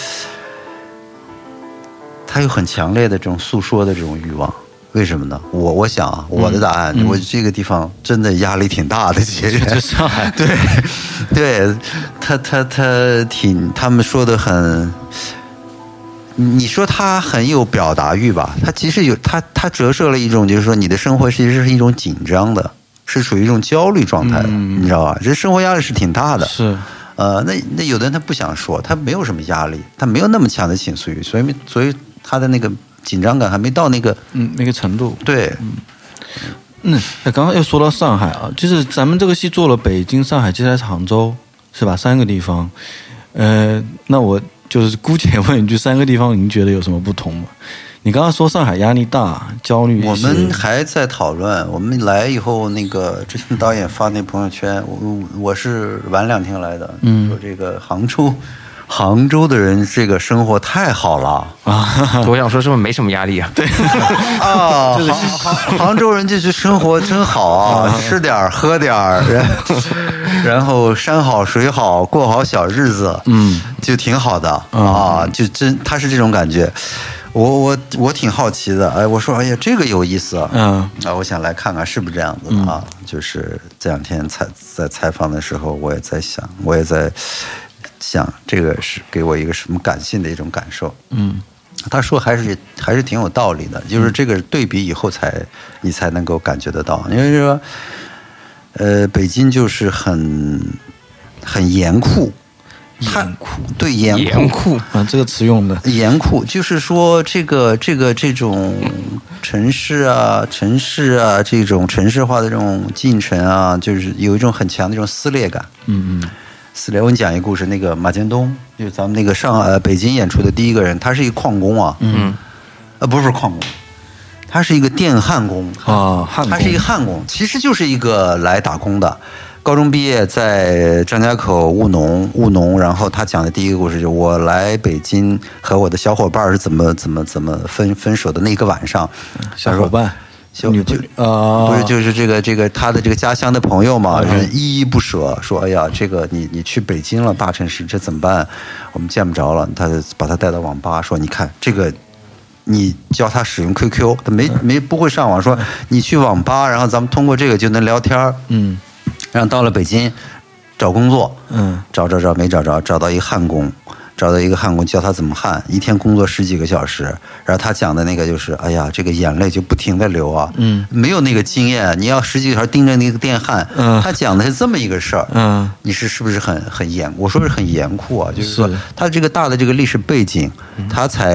他有很强烈的这种诉说的这种欲望，为什么呢？我我想啊，我的答案，嗯、我这个地方真的压力挺大的，其实在上海， 对，对他他他挺，他们说的很，你说他很有表达欲吧？他其实有他他折射了一种，就是说你的生活其实是一种紧张的，是处于一种焦虑状态的，嗯、你知道吧？这生活压力是挺大的， 是。 呃，那那有的人他不想说，他没有什么压力，他没有那么强的倾诉欲，所以所以他的那个紧张感还没到那个嗯那个程度。 对， 嗯，嗯，刚刚又说到上海啊，就是咱们这个戏做了北京、上海，接下来是杭州，是吧？三个地方，呃，那我就是姑且问一句，三个地方您觉得有什么不同吗？你刚刚说上海压力大、焦虑， 我们还在讨论。我们来以后，那个之前导演发那朋友圈，我我是晚两天来的，嗯，说这个杭州，杭州的人这个生活太好了啊！我想说，是不是没什么压力啊？ 对啊，杭杭州人就是生活真好啊，吃点喝点，然然后山好水好，过好小日子，嗯，就挺好的啊，就真他是这种感觉。我我我挺好奇的，哎，我说，哎呀，这个有意思啊，嗯，啊，我想来看看是不是这样子的啊。嗯、就是这两天采在采访的时候，我也在想，我也在想，这个是给我一个什么感性的一种感受。嗯，他说还是还是挺有道理的，就是这个对比以后才你才能够感觉得到，因为说，呃，北京就是很很严酷。 严酷， 对严酷， 严酷啊，这个词用的严酷，就是说这个这个这种城市啊，城市啊，这种城市化的这种进程啊，就是有一种很强的这种撕裂感。嗯嗯，撕裂。我给你讲一个故事，那个马建东，就是咱们那个上海、北京演出的第一个人，他是一个矿工啊，嗯，呃，不是矿工，他是一个电焊工啊，焊工， 他是一个焊工，其实就是一个来打工的。高中毕业在张家口务农，务农，然后他讲的第一个故事就是我来北京和我的小伙伴是怎么怎么怎么分分手的那个晚上。 小伙伴， 就就啊，不是就是这个这个他的这个家乡的朋友嘛，人依依不舍，说哎呀，这个你你去北京了，大城市这怎么办？我们见不着了。他把他带到网吧，说你看这个。你教他使用 Q Q， 他没没不会上网，说你去网吧，然后咱们通过这个就能聊天。嗯，然后到了北京找工作，嗯，找找找没找着，找到一个焊工，找到一个焊工教他怎么焊，一天工作十几个小时。然后他讲的那个就是，哎呀，这个眼泪就不停的流啊，嗯，没有那个经验，你要十几个小时盯着那个电焊，嗯，他讲的是这么一个事儿，嗯，你是是不是很很严？我说是很严酷啊，就是说他这个大的这个历史背景，他才。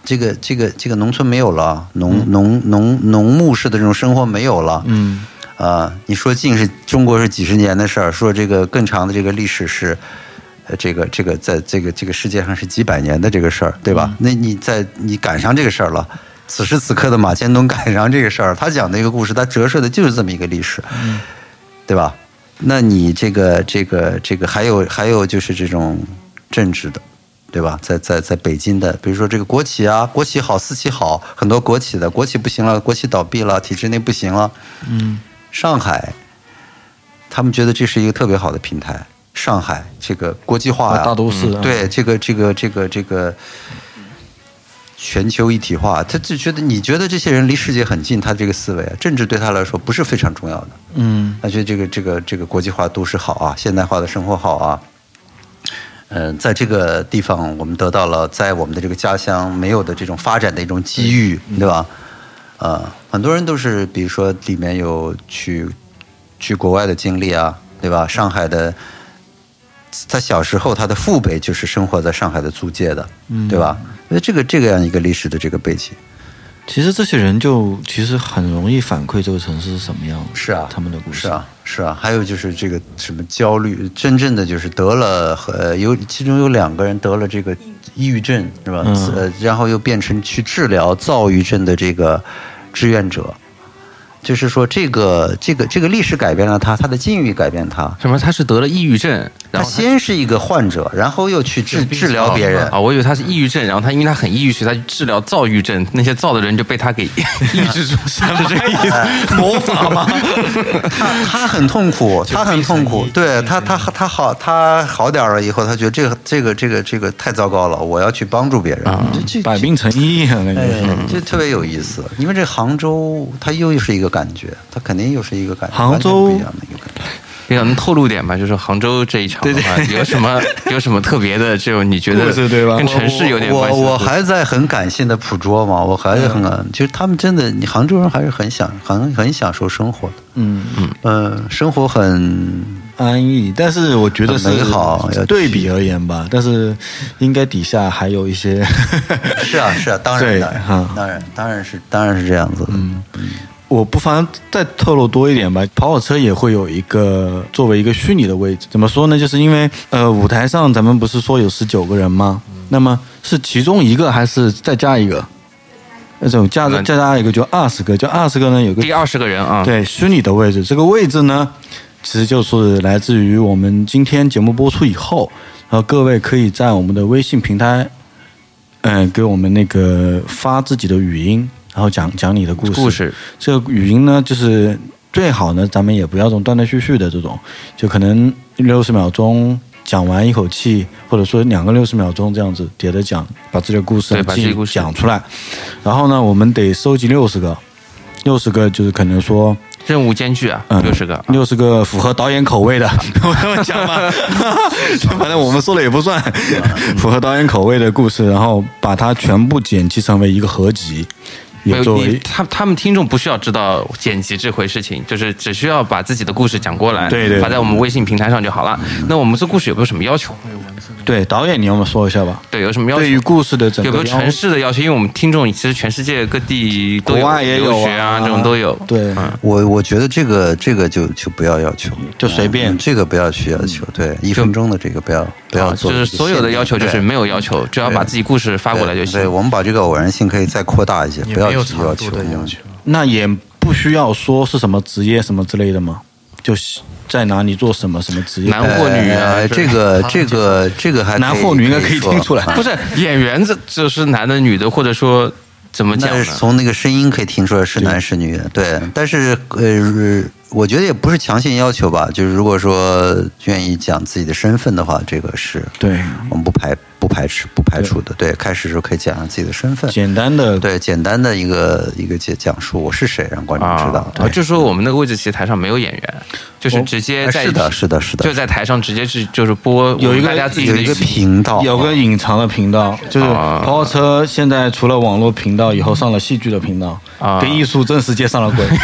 这个这个这个农村没有了，农农农农牧式的这种生活没有了。 嗯， 啊、呃，你说晋是中国是几十年的事儿，说这个更长的这个历史是，呃，这个这个在这个这个世界上是几百年的这个事儿，对吧？嗯、那你在你赶上这个事儿了。此时此刻的马前东赶上这个事儿，他讲的一个故事，他折射的就是这么一个历史，嗯、对吧？那你这个这个这个还有还有就是这种政治的，对吧？在在在北京的，比如说这个国企啊，国企好，私企好，很多国企的国企不行了，国企倒闭了，体制内不行了。嗯，上海，他们觉得这是一个特别好的平台。上海这个国际化呀、啊， 大都市、啊嗯，对这个这个这个这个。全球一体化，他就觉得你觉得这些人离世界很近，他这个思维啊，政治对他来说不是非常重要的。嗯，他觉得这个这个这个国际化都市好啊，现代化的生活好啊。嗯、呃，在这个地方我们得到了在我们的这个家乡没有的这种发展的一种机遇，嗯、对吧？呃，很多人都是，比如说里面有去去国外的经历啊，对吧？上海的。他小时候，他的父辈就是生活在上海的租界的，嗯、对吧？因为这个这个样一个历史的这个背景， 其实这些人就其实很容易反馈这个城市是什么样的。 是啊， 他们的故事是啊，是啊。还有就是这个什么焦虑，真正的就是得了，呃，有其中有两个人得了这个抑郁症，是吧？嗯、呃，然后又变成去治疗躁郁症的这个志愿者。就是说，这个这个这个历史改变了他，他的境遇改变他。 什么？他是得了抑郁症，然后他先是一个患者，然后又去治治疗别人。 啊，我以为他是抑郁症，然后他因为他很抑郁，所以他去治疗躁郁症，那些躁的人就被他给抑制住，是这个意思？ 魔法吗？ 他他很痛苦，他很痛苦。对他他他好他好点了以后，他觉得这个这个这个这个太糟糕了，我要去帮助别人。啊、 这百病成医啊，那个、 哎、这特别有意思。因为这杭州，它又是一个感觉，它肯定又是一个感觉， 杭州不一样的一个感觉。 你能透露点吗？就是杭州这一场的话，有什么有什么特别的？就你觉得跟城市有点关系？ 我我还在很感性的捕捉嘛，我还是很，嗯、其实他们真的，你杭州人还是很享很很享受生活的。嗯嗯嗯，生活很安逸，但是我觉得是美好。 对比而言吧，但是应该底下还有一些。 是啊是啊，当然当然当然当然是当然是这样子的。嗯嗯。 我不妨再透露多一点吧。跑火车也会有一个作为一个虚拟的位置，怎么说呢？就是因为呃，舞台上咱们不是说有十九个人吗？嗯、那么是其中一个还是再加一个？那种加再加一个就二十个，就二十个呢有个第二十个人啊。 对，虚拟的位置，这个位置呢，其实就是来自于我们今天节目播出以后，然后各位可以在我们的微信平台，嗯、呃，给我们那个发自己的语音。然后讲讲你的故事， 故事这个语音呢，就是最好呢，咱们也不要这种断断续续的这种，就可能六十秒钟讲完一口气，或者说两个六十秒钟这样子叠着讲，把自己的故事把自己的故事讲出来。然后呢，我们得收集六十个，六十个就是可能说任务艰巨啊，六十个， 六十个符合导演口味的，我这么讲吧，反正我们说了也不算，符合导演口味的故事，然后把它全部剪辑成为一个合集。 没有你，他他们听众不需要知道剪辑这回事情，就是只需要把自己的故事讲过来， 对对， 发在我们微信平台上就好了。那我们这故事有没有什么要求？ 对，导演你要不要说一下吧？ 对，有什么要求？ 对于故事的整个有没有城市的要求？因为我们听众其实全世界各地都有， 国外也有留学啊，这种都有。 对， 嗯、我我觉得这个这个就就不要要求， 就随便、 嗯，这个不要去要求。对，一分钟的这个不要不要做、 啊，就是所有的要求就是没有要求，只要把自己故事发过来就行。 对，对我们把这个偶然性可以再扩大一些，不要去要求。 要求那也不需要说是什么职业什么之类的吗？就是在哪里做什么什么职业？ 男或女啊？ 呃、这个这个这个还男或女应该可以听出来。 不是演员这这是男的女的，或者说怎么讲呢？ 从那个声音可以听出来是男是女。对，但是呃，我觉得也不是强行要求吧。就是如果说愿意讲自己的身份的话，这个是对我们不排。不排斥不排除的。 对, 对，开始的时候可以讲讲自己的身份， 简单的对简单的一个一个讲述我是谁，让观众知道。 啊，就说我们那个位置其实台上没有演员，就是直接在、 哦、是的是的是的， 就在台上直接是就是播有一个大家自己的一个频道， 有个隐藏的频道，就是跑火车现在除了网络频道以后上了戏剧的频道，啊，跟艺术真实接上了轨。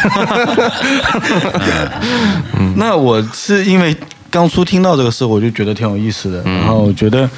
嗯，那我是因为刚初听到这个事，我就觉得挺有意思的，嗯、然后我觉得。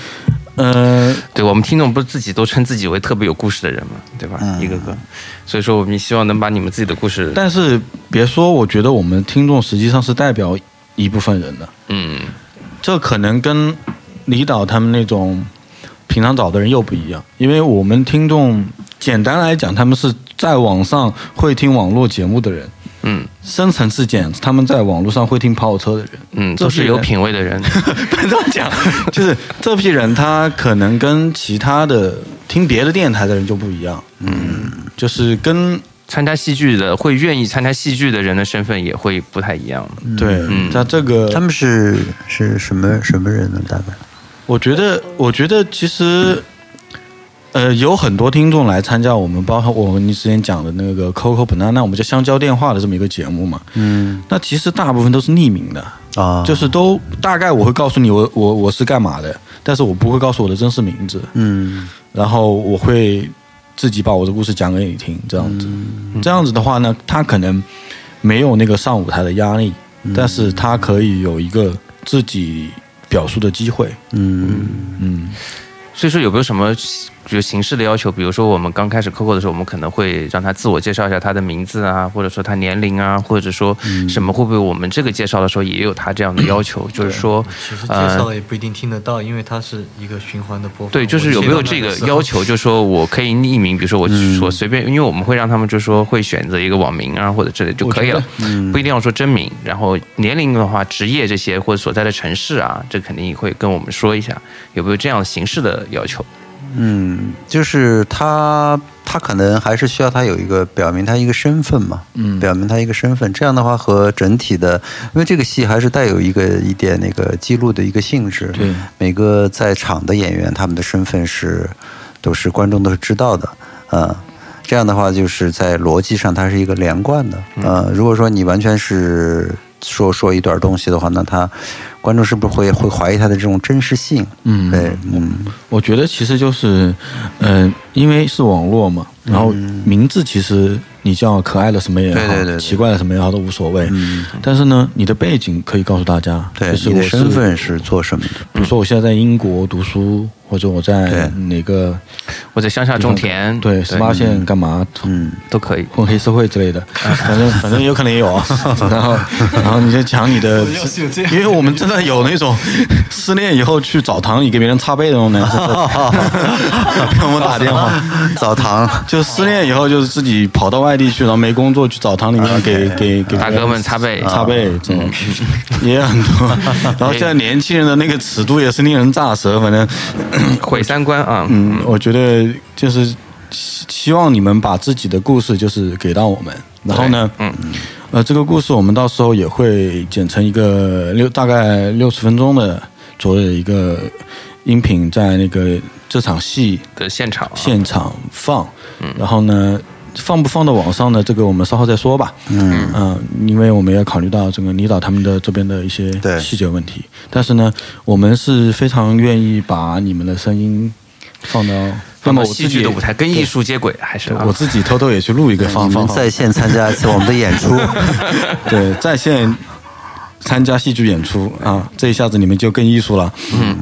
呃， 对我们听众不是自己都称自己为特别有故事的人嘛，对吧？ 嗯、 一个个，所以说我们希望能把你们自己的故事。 但是别说，我觉得我们听众实际上是代表一部分人的。 嗯， 这可能跟李导他们那种平常找的人又不一样，因为我们听众简单来讲，他们是在网上会听网络节目的人。 嗯， 深层次讲，他们在网络上会听跑车的人， 嗯，都是有品位的人。 不这样讲，就是这批人，他可能跟其他的听别的电台的人就不一样。嗯，就是跟参加戏剧的会愿意参加戏剧的人的身份也会不太一样。 对， 嗯， 他这个他们是是什么什么人呢？大概我觉得，我觉得其实。呃，有很多听众来参加我们，包括我们你之前讲的那个 Coco Banana， 我们叫香蕉电话的这么一个节目嘛。嗯，那其实大部分都是匿名的啊，就是都大概我会告诉你我我我是干嘛的，但是我不会告诉我的真实名字。嗯，然后我会自己把我的故事讲给你听，这样子。嗯、这样子的话呢，他可能没有那个上舞台的压力，嗯、但是他可以有一个自己表述的机会。嗯嗯。 所以说有没有什么比如形式的要求？比如说我们刚开始 Coco 的时候，我们可能会让他自我介绍一下他的名字啊，或者说他年龄啊，或者说什么，会不会我们这个介绍的时候也有他这样的要求？嗯、就是说， 其实介绍的也不一定听得到，呃、因为它是一个循环的播放。 对，就是有没有这个要求？就是说我可以匿名，比如说我说随便，因为我们会让他们就是说会选择一个网名啊或者之类就可以了，不一定要说真名。然后年龄的话，职业这些或者所在的城市啊，这肯定会跟我们说一下，有没有这样形式的要求？ 嗯，就是他，他可能还是需要他有一个表明他一个身份嘛，嗯，表明他一个身份。这样的话和整体的，因为这个戏还是带有一个一点那个记录的一个性质。对，每个在场的演员，他们的身份是都是观众都是知道的，啊、嗯，这样的话就是在逻辑上它是一个连贯的，呃、嗯，如果说你完全是说说一段东西的话，那他。观众是不是会会怀疑他的这种真实性？嗯，对，嗯， 我觉得其实就是，嗯、呃，因为是网络嘛，然后名字其实你叫可爱的什么也好， 对对对对奇怪的什么也好都无所谓。嗯，但是呢，你的背景可以告诉大家， 对， 就是你的身份是做什么的？ 比如说我现在在英国读书，或者我在哪个， 我在乡下种田， 对，十八线干嘛？ 嗯，都可以混黑社会之类的，反正反正有可能也有啊。然后然后你就讲你的，因为我们真的有那种失恋以后去澡堂里给别人擦背的那种男生，给我们打电话， 澡堂就失恋以后就是自己跑到外地去，然后没工作去澡堂里面给给给大哥们擦背擦背这种也很多。然后现在年轻人的那个尺度也是令人咋舌，反正毁三观啊。 嗯，我觉得就是希望你们把自己的故事就是给到我们，然后呢，嗯。呃，这个故事我们到时候也会剪成一个六大概六十分钟的左右的一个音频，在那个这场戏的现场、啊、 现场放，嗯，然后呢，放不放到网上呢？这个我们稍后再说吧。嗯嗯、呃，因为我们要考虑到这个李导他们的这边的一些细节问题，但是呢，我们是非常愿意把你们的声音放到。 那么戏剧的舞台跟艺术接轨，还是、啊、 我自己偷偷也去录一个放放在线参加一次我们的演出， 对，在线参加戏剧演出啊，这一下子你们就更艺术了。嗯，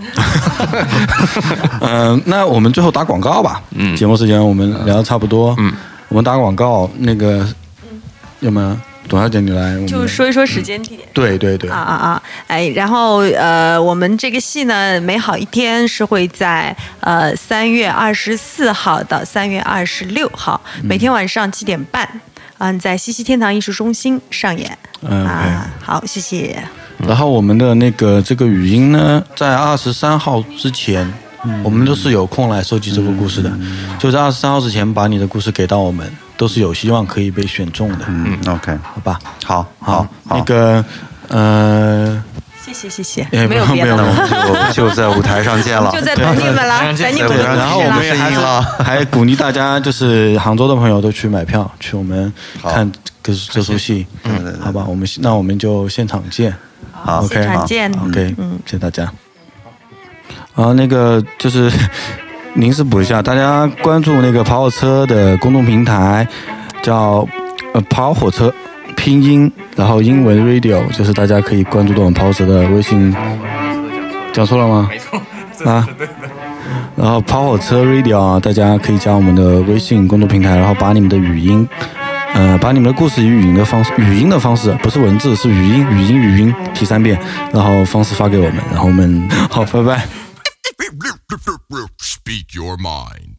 嗯、呃，那我们最后打广告吧。嗯，节目时间我们聊得差不多。嗯，我们打广告，那个有没有？董小姐，你来， 就说一说时间地点。 对对对。 啊啊啊！哎，然后呃，我们这个戏呢，美好一天是会在呃三月二十四号到三月二十六号，每天晚上七点半，嗯，在西溪天堂艺术中心上演。嗯啊，好，谢谢。 然后我们的那个这个语音呢，在二十三号之前。我们都是有空来收集这个故事的，就在二十三号之前把你的故事给到我们，都是有希望可以被选中的。 嗯 ，OK， 好吧， 好，好， 那个，呃， 谢谢谢谢，没有别的了，就就在舞台上见了， 就在等你们了，等你们了。 然后我们也还还鼓励大家，就是杭州的朋友都去买票，去我们看这这出戏，嗯，好吧，我们那我们就现场见， 好 ，OK， 现场见 ，OK，嗯，谢谢大家。啊，那个就是临时补一下，大家关注那个跑火车的公众平台，叫呃跑火车拼音，然后英文 radio， 就是大家可以关注到我们跑火车的微信。讲错了吗？ 没错， 啊。 然后跑火车 Radio 啊，大家可以加我们的微信公众平台，然后把你们的语音，呃，把你们的故事以语音的方式，语音的方式，不是文字，是语音，语音，语音，提三遍，然后方式发给我们，然后我们好，拜拜。 Speak your mind.